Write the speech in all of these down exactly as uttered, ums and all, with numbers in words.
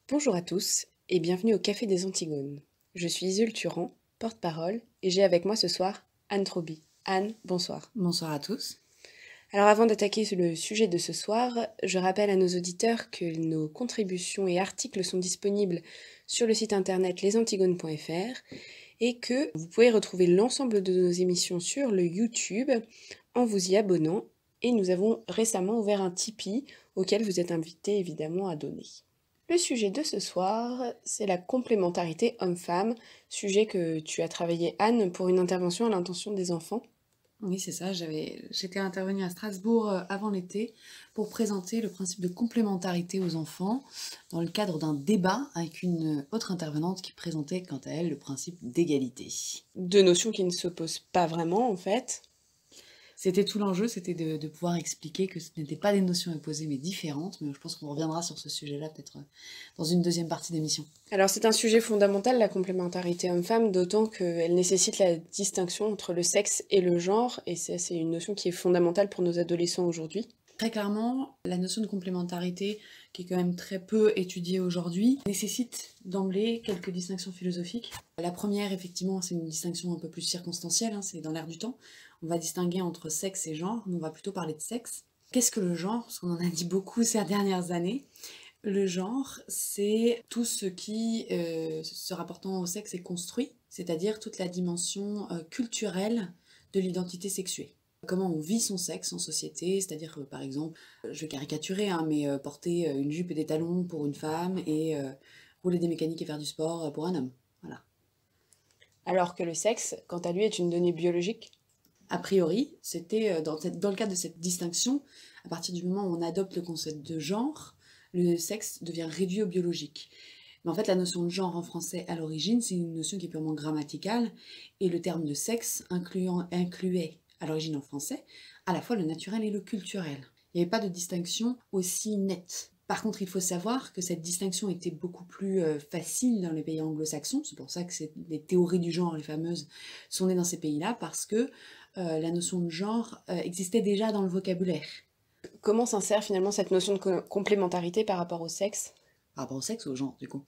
Bonjour à tous et bienvenue au Café des Antigones. Je suis Isul Turan, porte-parole, et j'ai avec moi ce soir Anne Troby. Anne, bonsoir. Bonsoir à tous. Alors avant d'attaquer le sujet de ce soir, je rappelle à nos auditeurs que nos contributions et articles sont disponibles sur le site internet les antigones point f r et que vous pouvez retrouver l'ensemble de nos émissions sur le YouTube en vous y abonnant. Et nous avons récemment ouvert un Tipeee auquel vous êtes invités évidemment à donner. Le sujet de ce soir, c'est la complémentarité homme-femme, sujet que tu as travaillé, Anne, pour une intervention à l'intention des enfants. Oui, c'est ça. J'avais, j'étais intervenue à Strasbourg euh, avant l'été pour présenter le principe de complémentarité aux enfants dans le cadre d'un débat avec une autre intervenante qui présentait quant à elle le principe d'égalité. Deux notions qui ne s'opposent pas vraiment, en fait. C'était tout l'enjeu, c'était de, de pouvoir expliquer que ce n'étaient pas des notions opposées mais différentes, mais je pense qu'on reviendra sur ce sujet-là peut-être dans une deuxième partie d'émission. Alors c'est un sujet fondamental, la complémentarité homme-femme, d'autant qu'elle nécessite la distinction entre le sexe et le genre, et ça c'est une notion qui est fondamentale pour nos adolescents aujourd'hui. Très clairement, la notion de complémentarité, qui est quand même très peu étudiée aujourd'hui, nécessite d'emblée quelques distinctions philosophiques. La première, effectivement, c'est une distinction un peu plus circonstancielle, hein, c'est dans l'air du temps. On va distinguer entre sexe et genre, mais on va plutôt parler de sexe. Qu'est-ce que le genre? Parce qu'on en a dit beaucoup ces dernières années. Le genre, c'est tout ce qui, euh, se rapportant au sexe, est construit, c'est-à-dire toute la dimension euh, culturelle de l'identité sexuée. Comment on vit son sexe en société, c'est-à-dire euh, par exemple, je vais caricaturer, hein, mais euh, porter euh, une jupe et des talons pour une femme et euh, rouler des mécaniques et faire du sport euh, pour un homme. Voilà. Alors que le sexe, quant à lui, est une donnée biologique. A priori, c'était euh, dans, dans le cadre de cette distinction, à partir du moment où on adopte le concept de genre, le sexe devient réduit au biologique. Mais en fait, la notion de genre en français à l'origine, c'est une notion qui est purement grammaticale, et le terme de sexe incluant, incluait à l'origine en français à la fois le naturel et le culturel. Il n'y avait pas de distinction aussi nette. Par contre, il faut savoir que cette distinction était beaucoup plus euh, facile dans les pays anglo-saxons. C'est pour ça que les théories du genre, les fameuses, sont nées dans ces pays-là, parce que euh, la notion de genre euh, existait déjà dans le vocabulaire. Comment s'insère finalement cette notion de co- complémentarité par rapport au sexe? Par rapport au sexe ou au genre, du coup.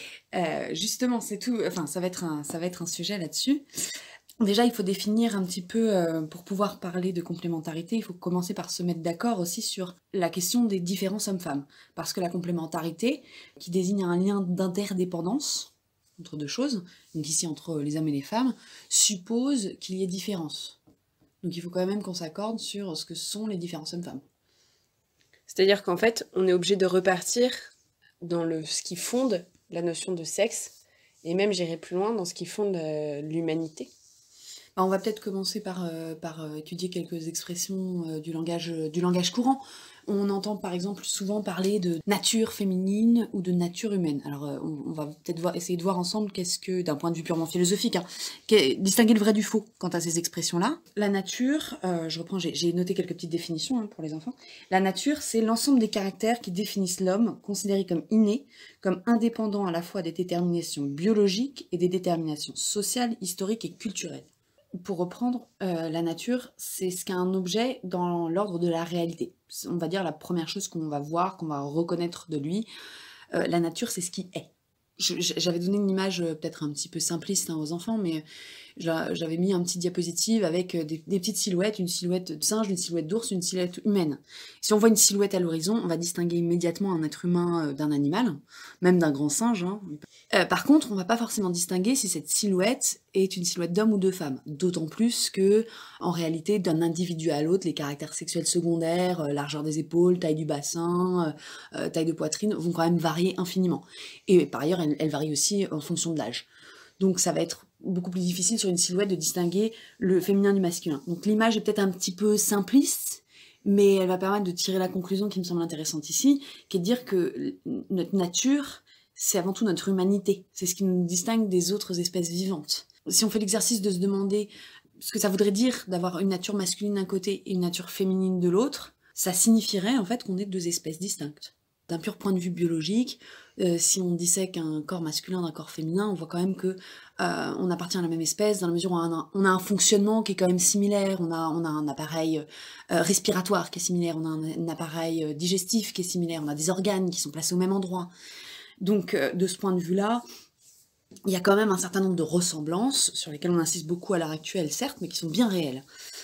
Euh, justement, c'est tout. Enfin, ça va être un, ça va être un sujet là-dessus. Déjà, il faut définir un petit peu, euh, pour pouvoir parler de complémentarité, il faut commencer par se mettre d'accord aussi sur la question des différences hommes-femmes. Parce que la complémentarité, qui désigne un lien d'interdépendance entre deux choses, donc ici entre les hommes et les femmes, suppose qu'il y ait différence. Donc il faut quand même qu'on s'accorde sur ce que sont les différences hommes-femmes. C'est-à-dire qu'en fait, on est obligé de repartir dans le, ce qui fonde la notion de sexe, et même j'irai plus loin dans ce qui fonde euh, l'humanité. On va peut-être commencer par, euh, par euh, étudier quelques expressions euh, du, langage, euh, du langage courant. On entend par exemple souvent parler de nature féminine ou de nature humaine. Alors euh, on, on va peut-être voir, essayer de voir ensemble qu'est-ce que, d'un point de vue purement philosophique, hein, distinguer le vrai du faux quant à ces expressions-là. La nature, euh, je reprends, j'ai, j'ai noté quelques petites définitions, hein, pour les enfants. La nature, c'est l'ensemble des caractères qui définissent l'homme, considéré comme inné, comme indépendant à la fois des déterminations biologiques et des déterminations sociales, historiques et culturelles. Pour reprendre, euh, la nature, c'est ce qu'un objet dans l'ordre de la réalité. On va dire la première chose qu'on va voir, qu'on va reconnaître de lui. Euh, la nature, c'est ce qui est. J'avais donné une image euh, peut-être un petit peu simpliste, hein, aux enfants, mais j'avais mis un petit diapositive avec des, des petites silhouettes, une silhouette de singe, une silhouette d'ours, une silhouette humaine. Si on voit une silhouette à l'horizon, on va distinguer immédiatement un être humain euh, d'un animal, même d'un grand singe, hein. Euh, par contre, on va pas forcément distinguer si cette silhouette est une silhouette d'homme ou de femme. D'autant plus que, en réalité, d'un individu à l'autre, les caractères sexuels secondaires, euh, largeur des épaules, taille du bassin, euh, euh, taille de poitrine, vont quand même varier infiniment. Et par ailleurs, elles, elles varient aussi en fonction de l'âge. Donc ça va être beaucoup plus difficile sur une silhouette de distinguer le féminin du masculin. Donc l'image est peut-être un petit peu simpliste, mais elle va permettre de tirer la conclusion qui me semble intéressante ici, qui est de dire que notre nature, c'est avant tout notre humanité. C'est ce qui nous distingue des autres espèces vivantes. Si on fait l'exercice de se demander ce que ça voudrait dire d'avoir une nature masculine d'un côté et une nature féminine de l'autre, ça signifierait en fait qu'on est deux espèces distinctes. D'un pur point de vue biologique, euh, si on dissèque un corps masculin d'un corps féminin, on voit quand même que euh, on appartient à la même espèce, dans la mesure où on a un, on a un fonctionnement qui est quand même similaire, on a, on a un appareil euh, respiratoire qui est similaire, on a un, un appareil digestif qui est similaire, on a des organes qui sont placés au même endroit. Donc, euh, de ce point de vue-là, il y a quand même un certain nombre de ressemblances, sur lesquelles on insiste beaucoup à l'heure actuelle, certes, mais qui sont bien réelles.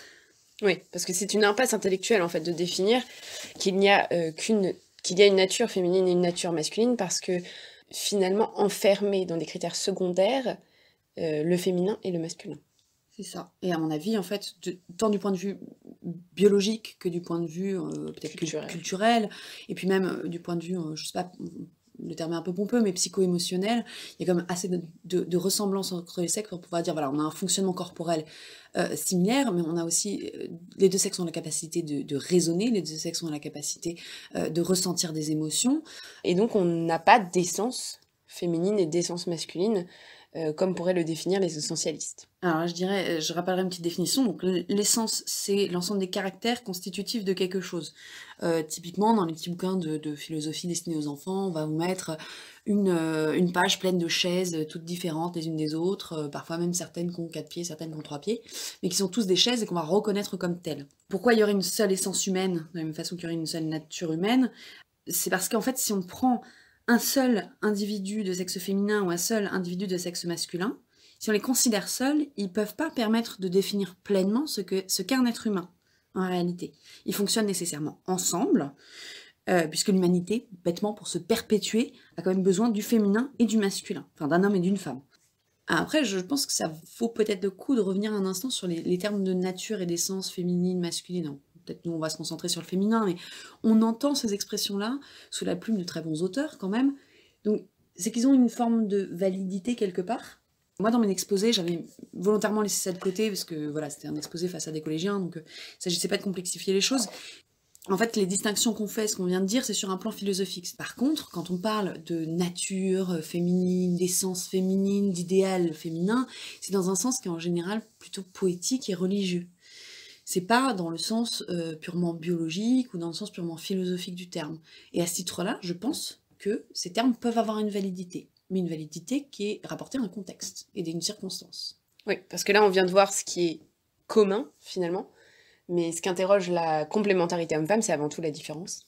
Oui, parce que c'est une impasse intellectuelle, en fait, de définir qu'il n'y a euh, qu'une, qu'il y a une nature féminine et une nature masculine, parce que, finalement, enfermé dans des critères secondaires, euh, le féminin et le masculin. C'est ça. Et à mon avis, en fait, de, tant du point de vue biologique que du point de vue euh, peut-être Culturel. culturel, et puis même euh, du point de vue, euh, je sais pas, le terme est un peu pompeux, mais psycho-émotionnel, il y a quand même assez de, de, de ressemblances entre les sexes pour pouvoir dire, voilà, on a un fonctionnement corporel euh, similaire, mais on a aussi, euh, les deux sexes ont la capacité de, de raisonner, les deux sexes ont la capacité euh, de ressentir des émotions. Et donc, on n'a pas d'essence féminine et d'essence masculine, euh, comme pourraient le définir les essentialistes. Alors, je dirais, je rappellerai une petite définition. Donc, l'essence, c'est l'ensemble des caractères constitutifs de quelque chose. Euh, typiquement, dans les petits bouquins de, de philosophie destinés aux enfants, on va vous mettre une, euh, une page pleine de chaises toutes différentes les unes des autres, euh, parfois même certaines qui ont quatre pieds, certaines qui ont trois pieds, mais qui sont tous des chaises et qu'on va reconnaître comme telles. Pourquoi il y aurait une seule essence humaine, de la même façon qu'il y aurait une seule nature humaine? C'est parce qu'en fait, si on prend un seul individu de sexe féminin ou un seul individu de sexe masculin, si on les considère seuls, ils ne peuvent pas permettre de définir pleinement ce que ce qu'est un être humain, en réalité. Ils fonctionnent nécessairement ensemble, euh, puisque l'humanité, bêtement, pour se perpétuer, a quand même besoin du féminin et du masculin, enfin d'un homme et d'une femme. Après, je pense que ça vaut peut-être le coup de revenir un instant sur les, les termes de nature et d'essence féminine, masculine. Peut-être nous, on va se concentrer sur le féminin, mais on entend ces expressions-là sous la plume de très bons auteurs, quand même. Donc, c'est qu'ils ont une forme de validité quelque part. Moi, dans mes exposés, j'avais volontairement laissé ça de côté, parce que voilà, c'était un exposé face à des collégiens, donc euh, il ne s'agissait pas de complexifier les choses. En fait, les distinctions qu'on fait, ce qu'on vient de dire, c'est sur un plan philosophique. Par contre, quand on parle de nature féminine, d'essence féminine, d'idéal féminin, c'est dans un sens qui est en général plutôt poétique et religieux. C'est pas dans le sens euh, purement biologique ou dans le sens purement philosophique du terme. Et à ce titre-là, je pense que ces termes peuvent avoir une validité, mais une validité qui est rapportée à un contexte et à une circonstance. Oui, parce que là, on vient de voir ce qui est commun, finalement, mais ce qu'interroge la complémentarité homme-femme, c'est avant tout la différence.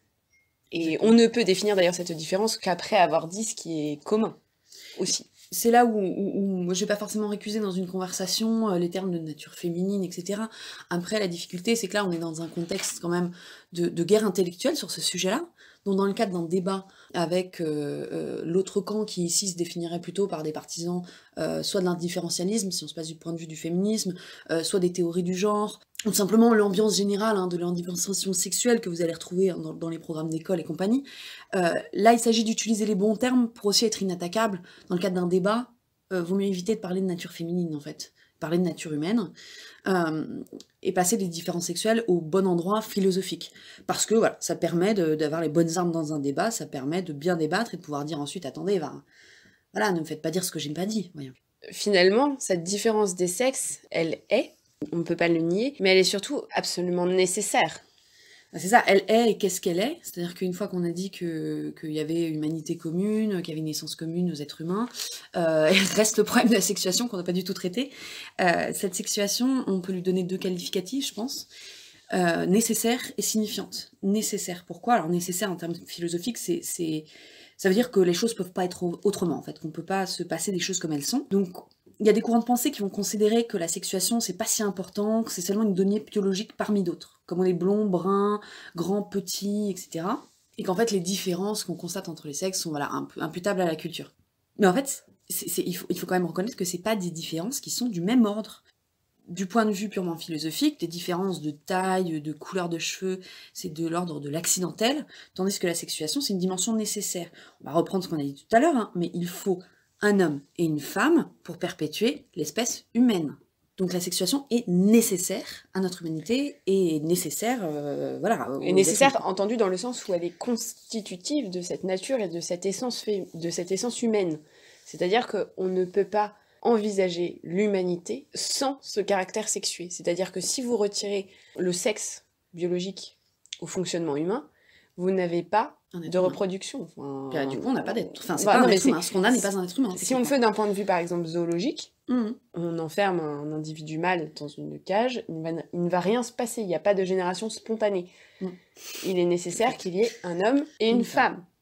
Et on ne peut définir d'ailleurs cette différence qu'après avoir dit ce qui est commun, aussi. C'est là où, où, où je vais pas forcément récuser dans une conversation euh, les termes de nature féminine, et cetera. Après, la difficulté, c'est que là, on est dans un contexte quand même de, de guerre intellectuelle sur ce sujet-là. Donc, dans le cadre d'un débat avec euh, euh, l'autre camp qui ici se définirait plutôt par des partisans euh, soit de l'indifférencialisme, si on se passe du point de vue du féminisme, euh, soit des théories du genre, ou simplement l'ambiance générale hein, de l'indifférenciation sexuelle que vous allez retrouver hein, dans, dans les programmes d'école et compagnie. Euh, là, il s'agit d'utiliser les bons termes pour aussi être inattaquable. Dans le cadre d'un débat, euh, vaut mieux éviter de parler de nature féminine, en fait. Parler de nature humaine, euh, et passer des différences sexuelles au bon endroit philosophique. Parce que, voilà, ça permet de, d'avoir les bonnes armes dans un débat, ça permet de bien débattre et de pouvoir dire ensuite, attendez, va, voilà, ne me faites pas dire ce que j'ai pas dit. Voyons. Finalement, cette différence des sexes, elle est, on ne peut pas le nier, mais elle est surtout absolument nécessaire. C'est ça, elle est et qu'est-ce qu'elle est. C'est-à-dire qu'une fois qu'on a dit que, qu'il y avait une humanité commune, qu'il y avait une essence commune aux êtres humains, euh, il reste le problème de la sexuation qu'on n'a pas du tout traité. Euh, cette sexuation, on peut lui donner deux qualificatifs, je pense. Euh, nécessaire et signifiante. Nécessaire, pourquoi? Alors nécessaire en termes philosophiques, c'est, c'est, ça veut dire que les choses peuvent pas être autrement, en fait, qu'on peut pas se passer des choses comme elles sont. Donc, il y a des courants de pensée qui vont considérer que la sexuation, c'est pas si important, que c'est seulement une donnée biologique parmi d'autres, comme on est blond, brun, grand, petit, et cetera. Et qu'en fait, les différences qu'on constate entre les sexes sont voilà, imputables à la culture. Mais en fait, c'est, c'est, il, faut, il faut quand même reconnaître que c'est pas des différences qui sont du même ordre. Du point de vue purement philosophique, des différences de taille, de couleur de cheveux, c'est de l'ordre de l'accidentel, tandis que la sexuation, c'est une dimension nécessaire. On va reprendre ce qu'on a dit tout à l'heure, hein, mais il faut un homme et une femme pour perpétuer l'espèce humaine. Donc la sexuation est nécessaire à notre humanité et nécessaire, euh, voilà. Et nécessaire, entendu dans le sens où elle est constitutive de cette nature et de cette essence, fait, de cette essence humaine. C'est-à-dire qu'on ne peut pas envisager l'humanité sans ce caractère sexué. C'est-à-dire que si vous retirez le sexe biologique au fonctionnement humain, vous n'avez pas de reproduction. Enfin, Là, du coup, on n'a pas d'être... Enfin, c'est bah, pas non, un mais être humain. Ce qu'on a n'est pas un être humain. Si on le fait d'un point de vue, par exemple, zoologique, mmh. on enferme un individu mâle dans une cage, il, va, il ne va rien se passer, il n'y a pas de génération spontanée. Mmh. Il est nécessaire qu'il y ait un homme et une, une femme. femme.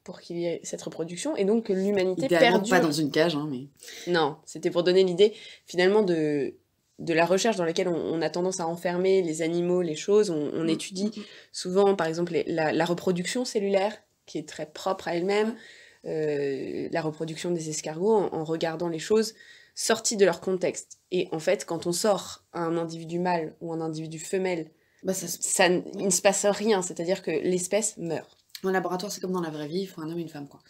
pour qu'il y ait cette reproduction, et donc que l'humanité Idéalement perdure. pas dans une cage, hein, mais... Non, c'était pour donner l'idée, finalement, de, de la recherche dans laquelle on, on a tendance à enfermer les animaux, les choses. On, on Mmh, étudie mmh, mmh. souvent, par exemple, les- la, la reproduction cellulaire, qui est très propre à elle-même, euh, la reproduction des escargots, en, en regardant les choses sorties de leur contexte. Et en fait, quand on sort un individu mâle ou un individu femelle, Bah, ça se... ça, n- il ne se passe rien, c'est-à-dire que l'espèce meurt. En laboratoire, c'est comme dans la vraie vie, il faut un homme et une femme, quoi.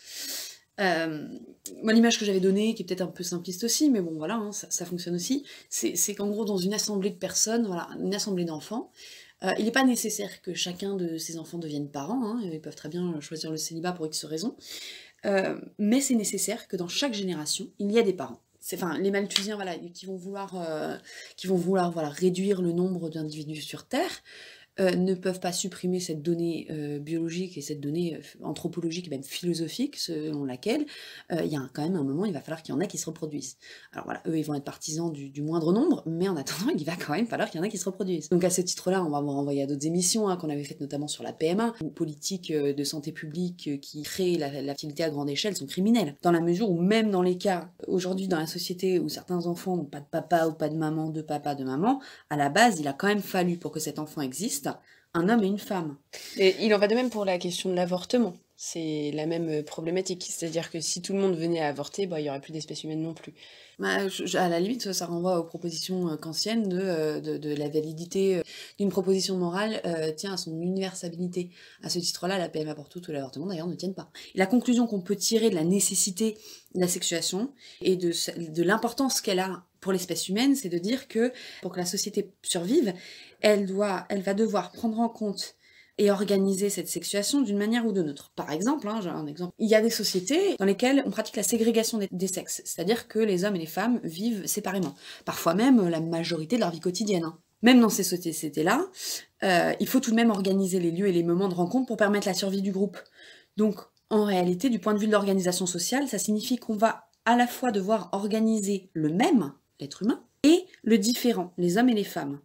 Euh, moi, l'image que j'avais donnée, qui est peut-être un peu simpliste aussi, mais bon, voilà, hein, ça, ça fonctionne aussi, c'est c'est qu'en gros, dans une assemblée de personnes, voilà, une assemblée d'enfants, euh, il n'est pas nécessaire que chacun de ces enfants devienne parent, hein, ils peuvent très bien choisir le célibat pour X raisons, euh, mais c'est nécessaire que dans chaque génération, il y ait des parents. C'est, enfin, les Malthusiens, voilà, qui vont vouloir, euh, qui vont vouloir voilà, réduire le nombre d'individus sur Terre, euh, ne peuvent pas supprimer cette donnée euh, biologique et cette donnée euh, anthropologique et même philosophique selon laquelle euh, il y a quand même un moment, il va falloir qu'il y en ait qui se reproduisent. Alors voilà, eux, ils vont être partisans du, du moindre nombre, mais en attendant, il va quand même falloir qu'il y en ait qui se reproduisent. Donc à ce titre-là, on va vous renvoyer à d'autres émissions hein, qu'on avait faites notamment sur la P M A, une politique euh, de santé publique euh, qui crée la, la fertilité à grande échelle sont criminelles. Dans la mesure où même dans les cas, aujourd'hui dans la société où certains enfants n'ont pas de papa ou pas de maman, de papa, de maman, à la base, il a quand même fallu pour que cet enfant existe un homme et une femme. Et il en va de même pour la question de l'avortement. C'est la même problématique. C'est-à-dire que si tout le monde venait à avorter, bah, il n'y aurait plus d'espèces humaines non plus. Bah, je- à la limite, ça renvoie aux propositions euh, kantiennes de, euh, de, de la validité euh, d'une proposition morale euh, tient à son universalité. À ce titre-là, la P M A pour toutes ou l'avortement d'ailleurs ne tiennent pas. Et la conclusion qu'on peut tirer de la nécessité de la sexuation et de, sa- de l'importance qu'elle a pour l'espèce humaine, c'est de dire que pour que la société survive, elle, doit, elle va devoir prendre en compte et organiser cette sexuation d'une manière ou d'une autre. Par exemple, hein, j'ai un exemple, il y a des sociétés dans lesquelles on pratique la ségrégation des, des sexes, c'est-à-dire que les hommes et les femmes vivent séparément, parfois même la majorité de leur vie quotidienne. Hein. Même dans ces sociétés-là, euh, il faut tout de même organiser les lieux et les moments de rencontre pour permettre la survie du groupe. Donc, en réalité, du point de vue de l'organisation sociale, ça signifie qu'on va à la fois devoir organiser le même, l'être humain, et le différent, les hommes et les femmes.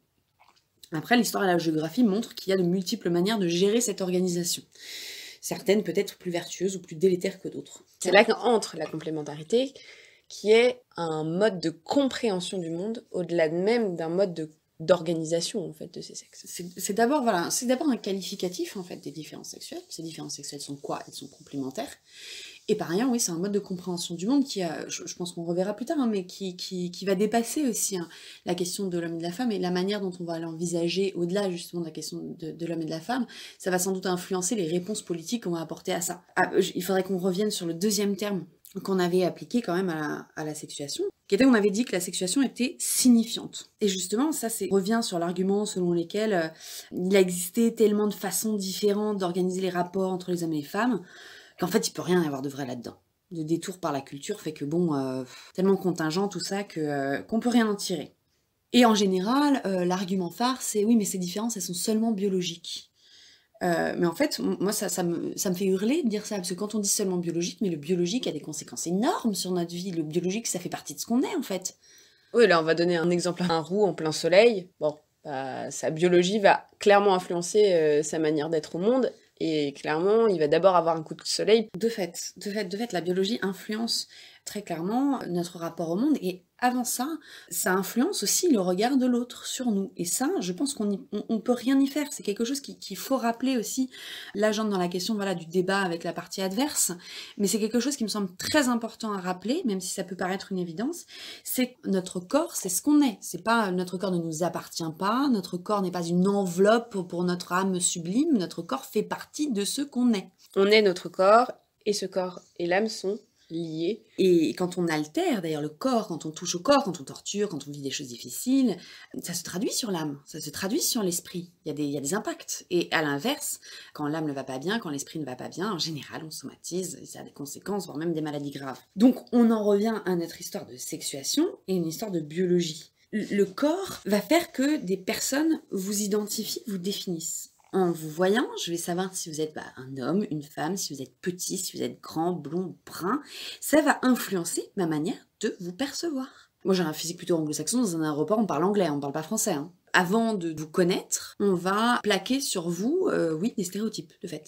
Après, l'histoire et la géographie montrent qu'il y a de multiples manières de gérer cette organisation. Certaines peut-être plus vertueuses ou plus délétères que d'autres. C'est là qu'entre la complémentarité, qui est un mode de compréhension du monde, au-delà même d'un mode de, d'organisation en fait, de ces sexes. C'est, c'est d'abord voilà, c'est d'abord un qualificatif en fait des différences sexuelles. Ces différences sexuelles sont quoi? Elles sont complémentaires. Et par ailleurs, oui, c'est un mode de compréhension du monde qui a, je, je pense qu'on reverra plus tard, hein, mais qui, qui, qui va dépasser aussi hein, la question de l'homme et de la femme et la manière dont on va l'envisager au-delà justement de la question de, de l'homme et de la femme. Ça va sans doute influencer les réponses politiques qu'on va apporter à ça. Ah, il faudrait qu'on revienne sur le deuxième terme qu'on avait appliqué quand même à la, à la sexuation, qui était, on avait dit que la sexuation était signifiante. Et justement, ça c'est, revient sur l'argument selon lequel euh, il a existé tellement de façons différentes d'organiser les rapports entre les hommes et les femmes, qu'en fait, il peut rien y avoir de vrai là-dedans. Le détour par la culture fait que, bon, euh, tellement contingent, tout ça, que, euh, qu'on peut rien en tirer. Et en général, euh, l'argument phare, c'est oui, mais ces différences, elles sont seulement biologiques. Euh, mais en fait, moi, ça, ça, me, ça me fait hurler de dire ça, parce que quand on dit seulement biologique, mais le biologique a des conséquences énormes sur notre vie. Le biologique, ça fait partie de ce qu'on est, en fait. Oui, là, on va donner un exemple. Un roux en plein soleil, bon, bah, sa biologie va clairement influencer euh, sa manière d'être au monde. Et clairement, il va d'abord avoir un coup de soleil. De fait, de fait, de fait, la biologie influence très clairement notre rapport au monde. Et avant ça, ça influence aussi le regard de l'autre sur nous. Et ça, je pense qu'on y, on, on peut rien y faire. C'est quelque chose qu'il qui faut rappeler aussi. Là, j'entre dans la question voilà, du débat avec la partie adverse. Mais c'est quelque chose qui me semble très important à rappeler, même si ça peut paraître une évidence. C'est que notre corps, c'est ce qu'on est. C'est pas, notre corps ne nous appartient pas. Notre corps n'est pas une enveloppe pour, pour notre âme sublime. Notre corps fait partie de ce qu'on est. On est notre corps, et ce corps et l'âme sont liés. Et quand on altère, d'ailleurs, le corps, quand on touche au corps, quand on torture, quand on vit des choses difficiles, ça se traduit sur l'âme, ça se traduit sur l'esprit. Il y a des, il y a des impacts. Et à l'inverse, quand l'âme ne va pas bien, quand l'esprit ne va pas bien, en général, on somatise, et ça a des conséquences, voire même des maladies graves. Donc, on en revient à notre histoire de sexuation et une histoire de biologie. Le corps va faire que des personnes vous identifient, vous définissent. En vous voyant, je vais savoir si vous êtes bah, un homme, une femme, si vous êtes petit, si vous êtes grand, blond, brun. Ça va influencer ma manière de vous percevoir. Moi, j'ai un physique plutôt anglo-saxon. Dans un aéroport, on parle anglais, on parle pas français. Hein. Avant de vous connaître, on va plaquer sur vous, euh, oui, des stéréotypes, de fait.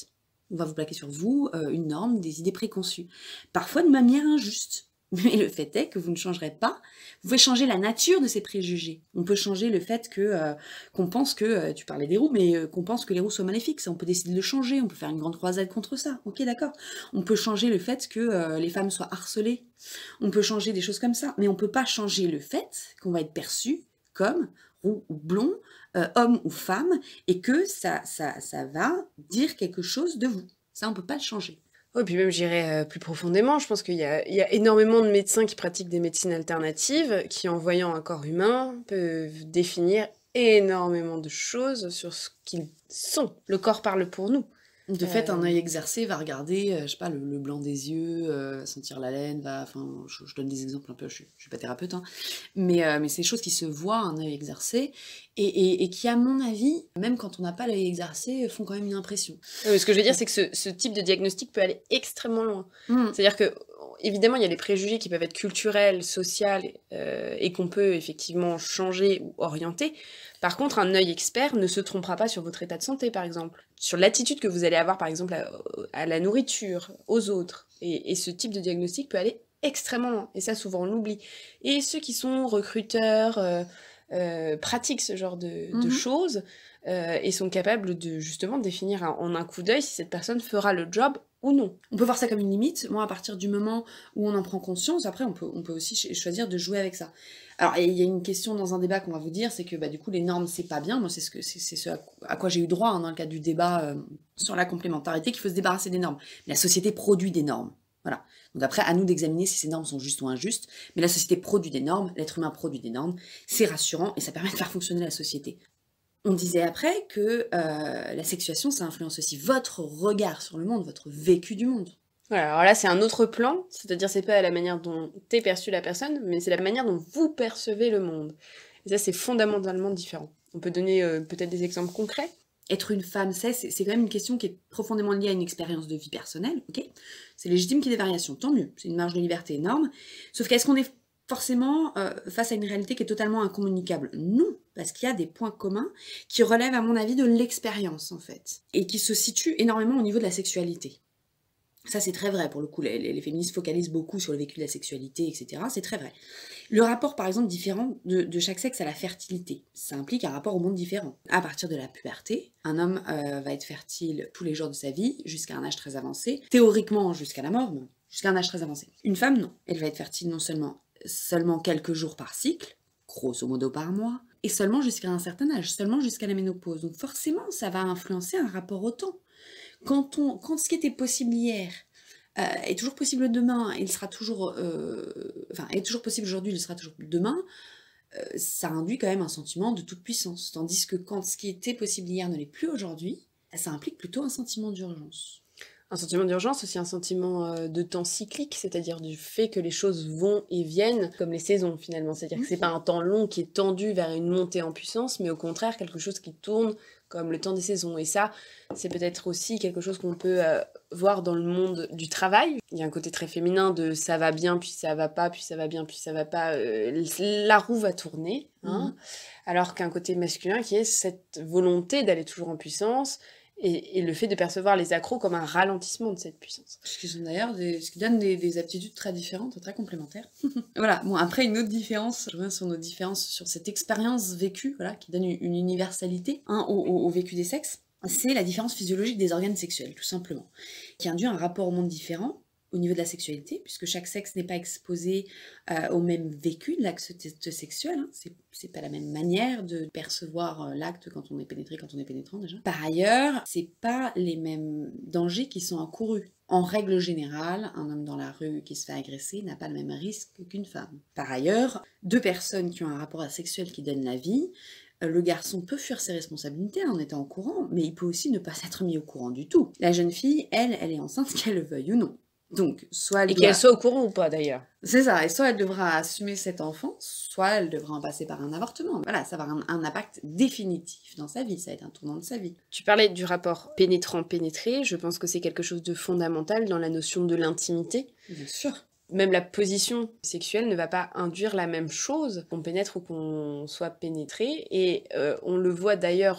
on va vous plaquer sur vous euh, une norme, des idées préconçues, parfois de manière injuste. Mais le fait est que vous ne changerez pas. Vous pouvez changer la nature de ces préjugés. On peut changer le fait que euh, qu'on pense que, euh, tu parlais des roues, mais euh, qu'on pense que les roues soient maléfiques. Ça, on peut décider de le changer. On peut faire une grande croisade contre ça. Ok, d'accord. On peut changer le fait que euh, les femmes soient harcelées. On peut changer des choses comme ça. Mais on peut pas changer le fait qu'on va être perçu comme roux ou blond, euh, homme ou femme, et que ça, ça, ça va dire quelque chose de vous. Ça, on peut pas le changer. Oui, puis même j'irais euh, plus profondément, je pense qu'il y a, il y a énormément de médecins qui pratiquent des médecines alternatives, qui en voyant un corps humain peuvent définir énormément de choses sur ce qu'ils sont. Le corps parle pour nous. De fait, un Euh, œil exercé va regarder, euh, je sais pas, le, le blanc des yeux, euh, sentir la laine, va, enfin, je, je donne des exemples un peu, je, suis- je suis pas thérapeute, hein, mais, euh, mais c'est des choses qui se voient, un œil exercé, et, et, et qui, à mon avis, même quand on n'a pas l'œil exercé, font quand même une impression. Euh, Ce que je veux dire, c'est que ce, ce type de diagnostic peut aller extrêmement loin. Mm. C'est-à-dire que, évidemment, il y a des préjugés qui peuvent être culturels, sociaux, euh, et qu'on peut effectivement changer ou orienter. Par contre, un œil expert ne se trompera pas sur votre état de santé, par exemple, sur l'attitude que vous allez avoir, par exemple, à, à la nourriture, aux autres. Et, et ce type de diagnostic peut aller extrêmement loin. Et ça, souvent, on l'oublie. Et ceux qui sont recruteurs, euh, euh, pratiquent ce genre de, de Mhm. choses, euh, et sont capables de justement définir un- en un coup d'œil si cette personne fera le job ou non. On peut voir ça comme une limite. Moi, à partir du moment où on en prend conscience, après, on peut, on peut aussi ch- choisir de jouer avec ça. Alors, il y a une question dans un débat qu'on va vous dire, c'est que bah, du coup, les normes, c'est pas bien. Moi, c'est ce, que, c'est, c'est ce à, à quoi j'ai eu droit hein, dans le cadre du débat euh, sur la complémentarité, qu'il faut se débarrasser des normes. La société produit des normes. Voilà. Donc après, à nous d'examiner si ces normes sont justes ou injustes. Mais la société produit des normes, l'être humain produit des normes. C'est rassurant et ça permet de faire fonctionner la société. On disait après que euh, la sexuation, ça influence aussi votre regard sur le monde, votre vécu du monde. Voilà, alors là, c'est un autre plan, c'est-à-dire c'est pas la manière dont t'es perçue la personne, mais c'est la manière dont vous percevez le monde. Et ça, c'est fondamentalement différent. On peut donner euh, peut-être des exemples concrets. Être une femme, c'est, c'est c'est quand même une question qui est profondément liée à une expérience de vie personnelle, ok? C'est légitime qu'il y ait des variations, tant mieux, c'est une marge de liberté énorme. Sauf qu'est-ce qu'on est forcément euh, face à une réalité qui est totalement incommunicable? Non, parce qu'il y a des points communs qui relèvent, à mon avis, de l'expérience, en fait, et qui se situent énormément au niveau de la sexualité. Ça, c'est très vrai, pour le coup, les, les, les féministes focalisent beaucoup sur le vécu de la sexualité, et cetera. C'est très vrai. Le rapport, par exemple, différent de, de chaque sexe à la fertilité, ça implique un rapport au monde différent. À partir de la puberté, un homme euh, va être fertile tous les jours de sa vie, jusqu'à un âge très avancé, théoriquement jusqu'à la mort, mais jusqu'à un âge très avancé. Une femme, non. Elle va être fertile non seulement, seulement quelques jours par cycle, grosso modo par mois, et seulement jusqu'à un certain âge, seulement jusqu'à la ménopause. Donc forcément, ça va influencer un rapport au temps. Quand, on, quand ce qui était possible hier euh, est toujours possible demain, il sera toujours, euh, enfin, est toujours possible aujourd'hui, il sera toujours demain, euh, ça induit quand même un sentiment de toute puissance. Tandis que quand ce qui était possible hier ne l'est plus aujourd'hui, ça implique plutôt un sentiment d'urgence. Un sentiment d'urgence, aussi un sentiment euh, de temps cyclique, c'est-à-dire du fait que les choses vont et viennent comme les saisons finalement. C'est-à-dire que c'est pas un temps long qui est tendu vers une montée en puissance, mais au contraire quelque chose qui tourne comme le temps des saisons. Et ça, c'est peut-être aussi quelque chose qu'on peut euh, voir dans le monde du travail. Il y a un côté très féminin de ça va bien, puis ça va pas, puis ça va bien, puis ça va pas. Euh, la roue va tourner. Hein, Mhm. alors qu'un côté masculin qui est cette volonté d'aller toujours en puissance. Et, et le fait de percevoir les accros comme un ralentissement de cette puissance. Ce qui sont d'ailleurs des, ce qui donne des, des aptitudes très différentes et très complémentaires. Voilà, bon, après une autre différence, je reviens sur nos différences, sur cette expérience vécue, voilà, qui donne une, une universalité hein, au, au, au vécu des sexes, c'est la différence physiologique des organes sexuels, tout simplement, qui induit un rapport au monde différent au niveau de la sexualité, puisque chaque sexe n'est pas exposé euh, au même vécu de l'acte sexuel, hein. c'est, c'est pas la même manière de percevoir euh, l'acte quand on est pénétré, quand on est pénétrant déjà. Par ailleurs, c'est pas les mêmes dangers qui sont encourus. En règle générale, un homme dans la rue qui se fait agresser n'a pas le même risque qu'une femme. Par ailleurs, deux personnes qui ont un rapport sexuel qui donne la vie, le garçon peut fuir ses responsabilités en étant au courant, mais il peut aussi ne pas s'être mis au courant du tout. La jeune fille, elle, elle est enceinte qu'elle le veuille ou non. Donc, soit elle Et doit... qu'elle soit au courant ou pas d'ailleurs. C'est ça, et soit elle devra assumer cet enfant, soit elle devra en passer par un avortement. Voilà, ça va avoir un, un impact définitif dans sa vie, ça va être un tournant de sa vie. Tu parlais du rapport pénétrant-pénétré, je pense que c'est quelque chose de fondamental dans la notion de l'intimité. Bien sûr. Même la position sexuelle ne va pas induire la même chose qu'on pénètre ou qu'on soit pénétré, et euh, on le voit d'ailleurs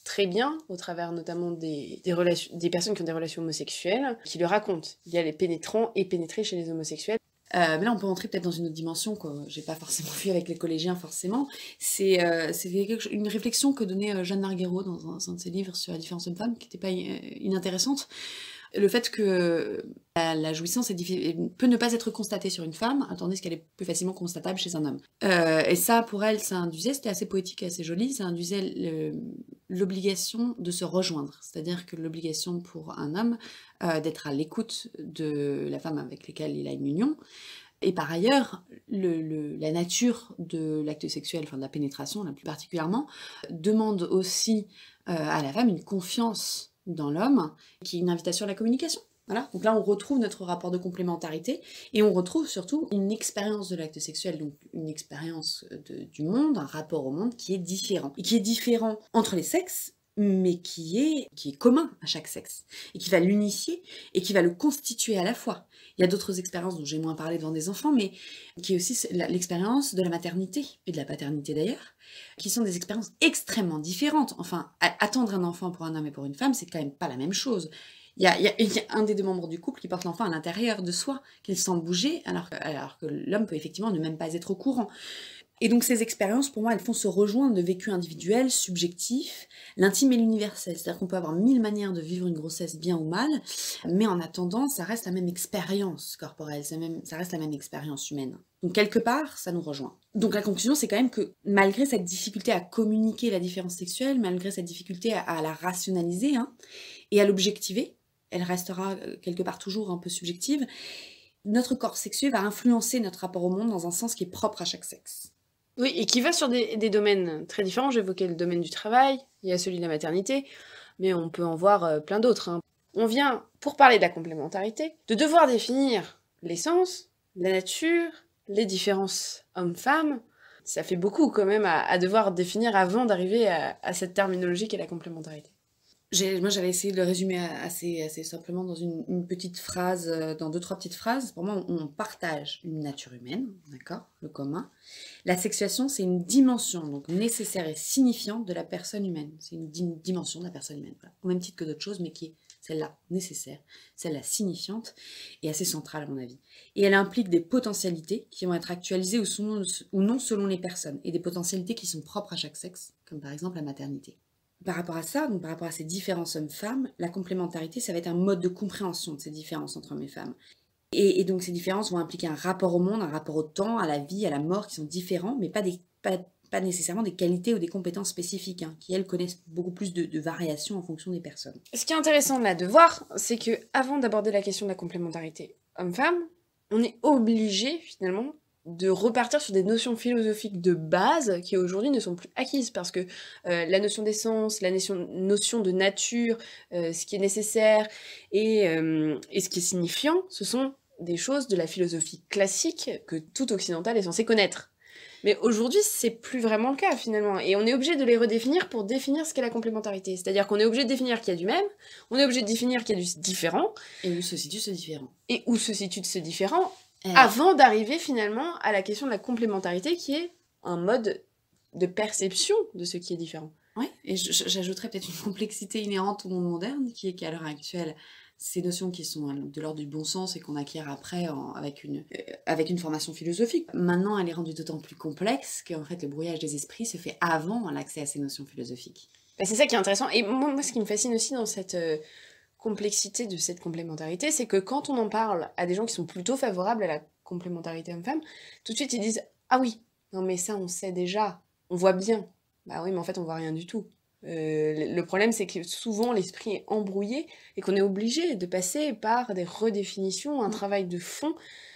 très bien, au travers notamment des, des, relations, des personnes qui ont des relations homosexuelles, qui le racontent. Il y a les pénétrants et pénétrés chez les homosexuels. Euh, mais là, on peut entrer peut-être dans une autre dimension que j'ai pas forcément vu avec les collégiens, forcément. C'est euh, une réflexion que donnait euh, Jeanne Marguerot dans un, un de ses livres sur la différence homme-femme, qui n'était pas inintéressante. Le fait que la, la jouissance est peut ne pas être constatée sur une femme, tandis qu'elle est plus facilement constatable chez un homme. Euh, et ça, pour elle, ça induisait, c'était assez poétique et assez joli, ça induisait l'obligation de se rejoindre. C'est-à-dire que l'obligation pour un homme euh, d'être à l'écoute de la femme avec laquelle il a une union. Et par ailleurs, le, le, la nature de l'acte sexuel, enfin de la pénétration là plus particulièrement, demande aussi euh, à la femme une confiance dans l'homme, qui est une invitation à la communication. Voilà. Donc là, on retrouve notre rapport de complémentarité, et on retrouve surtout une expérience de l'acte sexuel, donc une expérience de, du monde, un rapport au monde qui est différent. Et qui est différent entre les sexes, mais qui est, qui est commun à chaque sexe, et qui va l'unifier, et qui va le constituer à la fois. Il y a d'autres expériences dont j'ai moins parlé devant des enfants, mais qui est aussi l'expérience de la maternité, et de la paternité d'ailleurs, qui sont des expériences extrêmement différentes. Enfin, attendre un enfant pour un homme et pour une femme, c'est quand même pas la même chose. Il y, a, il, y a, il y a un des deux membres du couple qui porte l'enfant à l'intérieur de soi, qu'il sent bouger, alors que, alors que l'homme peut effectivement ne même pas être au courant. Et donc ces expériences, pour moi, elles font se rejoindre de vécus individuels, subjectifs, l'intime et l'universel. C'est-à-dire qu'on peut avoir mille manières de vivre une grossesse bien ou mal, mais en attendant, ça reste la même expérience corporelle, ça, même, ça reste la même expérience humaine. Donc quelque part, ça nous rejoint. Donc la conclusion, c'est quand même que malgré cette difficulté à communiquer la différence sexuelle, malgré cette difficulté à, à la rationaliser hein, et à l'objectiver, elle restera quelque part toujours un peu subjective, notre corps sexuel va influencer notre rapport au monde dans un sens qui est propre à chaque sexe. Oui, et qui va sur des, des domaines très différents. J'évoquais le domaine du travail, il y a celui de la maternité, mais on peut en voir euh, plein d'autres. Hein. On vient, pour parler de la complémentarité, de devoir définir l'essence, la nature, les différences hommes-femmes. Ça fait beaucoup quand même à, à devoir définir avant d'arriver à, à cette terminologie qu'est la complémentarité. Moi, j'avais essayé de le résumer assez, assez simplement dans une, une petite phrase, dans deux, trois petites phrases. Pour moi, on partage une nature humaine, d'accord, le commun. La sexuation, c'est une dimension donc nécessaire et signifiante de la personne humaine. C'est une di dimension de la personne humaine, voilà. Au même titre que d'autres choses, mais qui est celle-là nécessaire, celle-là signifiante et assez centrale à mon avis. Et elle implique des potentialités qui vont être actualisées ou, sont, ou non selon les personnes, et des potentialités qui sont propres à chaque sexe, comme par exemple la maternité. Par rapport à ça, donc par rapport à ces différences hommes-femmes, la complémentarité, ça va être un mode de compréhension de ces différences entre hommes et femmes. Et, et donc ces différences vont impliquer un rapport au monde, un rapport au temps, à la vie, à la mort, qui sont différents, mais pas, des, pas, pas nécessairement des qualités ou des compétences spécifiques, hein, qui elles connaissent beaucoup plus de, de variations en fonction des personnes. Ce qui est intéressant là de voir, c'est que avant d'aborder la question de la complémentarité homme-femme, on est obligé finalement de repartir sur des notions philosophiques de base qui aujourd'hui ne sont plus acquises, parce que euh, la notion d'essence, la notion, notion de nature, euh, ce qui est nécessaire et, euh, et ce qui est signifiant, ce sont des choses de la philosophie classique que tout occidental est censé connaître. Mais aujourd'hui, c'est plus vraiment le cas finalement, et on est obligé de les redéfinir pour définir ce qu'est la complémentarité. C'est-à-dire qu'on est obligé de définir qu'il y a du même, on est obligé de définir qu'il y a du différent. Et où se situe ce différent. Et où se situe ce différent, euh... avant d'arriver finalement à la question de la complémentarité, qui est un mode de perception de ce qui est différent. Oui, et j'ajouterais peut-être une complexité inhérente au monde moderne, qui est qu'à l'heure actuelle, ces notions qui sont de l'ordre du bon sens et qu'on acquiert après en, avec, une, euh, avec une formation philosophique, maintenant elle est rendue d'autant plus complexe qu'en fait le brouillage des esprits se fait avant l'accès à ces notions philosophiques. Ben, c'est ça qui est intéressant, et moi, moi ce qui me fascine aussi dans cette euh, complexité de cette complémentarité, c'est que quand on en parle à des gens qui sont plutôt favorables à la complémentarité homme-femme, tout de suite ils disent « Ah oui, non mais ça on sait déjà, on voit bien ». Bah oui, mais en fait on voit rien du tout. Euh, le problème, c'est que souvent l'esprit est embrouillé et qu'on est obligé de passer par des redéfinitions, un mmh. travail de fond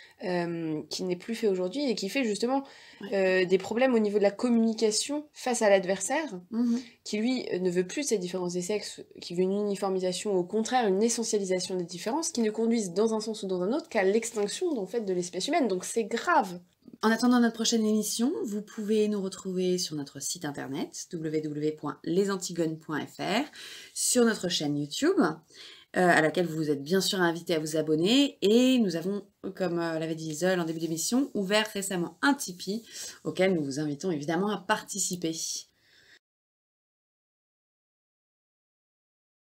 euh, qui n'est plus fait aujourd'hui et qui fait justement euh, des problèmes au niveau de la communication face à l'adversaire, mmh. qui lui ne veut plus cette différence des sexes, qui veut une uniformisation, au contraire une essentialisation des différences qui ne conduisent dans un sens ou dans un autre qu'à l'extinction en fait, de l'espèce humaine. Donc c'est grave. En attendant notre prochaine émission, vous pouvez nous retrouver sur notre site internet w w w point les antigones point f r, sur notre chaîne YouTube, euh, à laquelle vous êtes bien sûr invité à vous abonner, et nous avons, comme euh, l'avait dit Isole en début d'émission, ouvert récemment un Tipeee, auquel nous vous invitons évidemment à participer.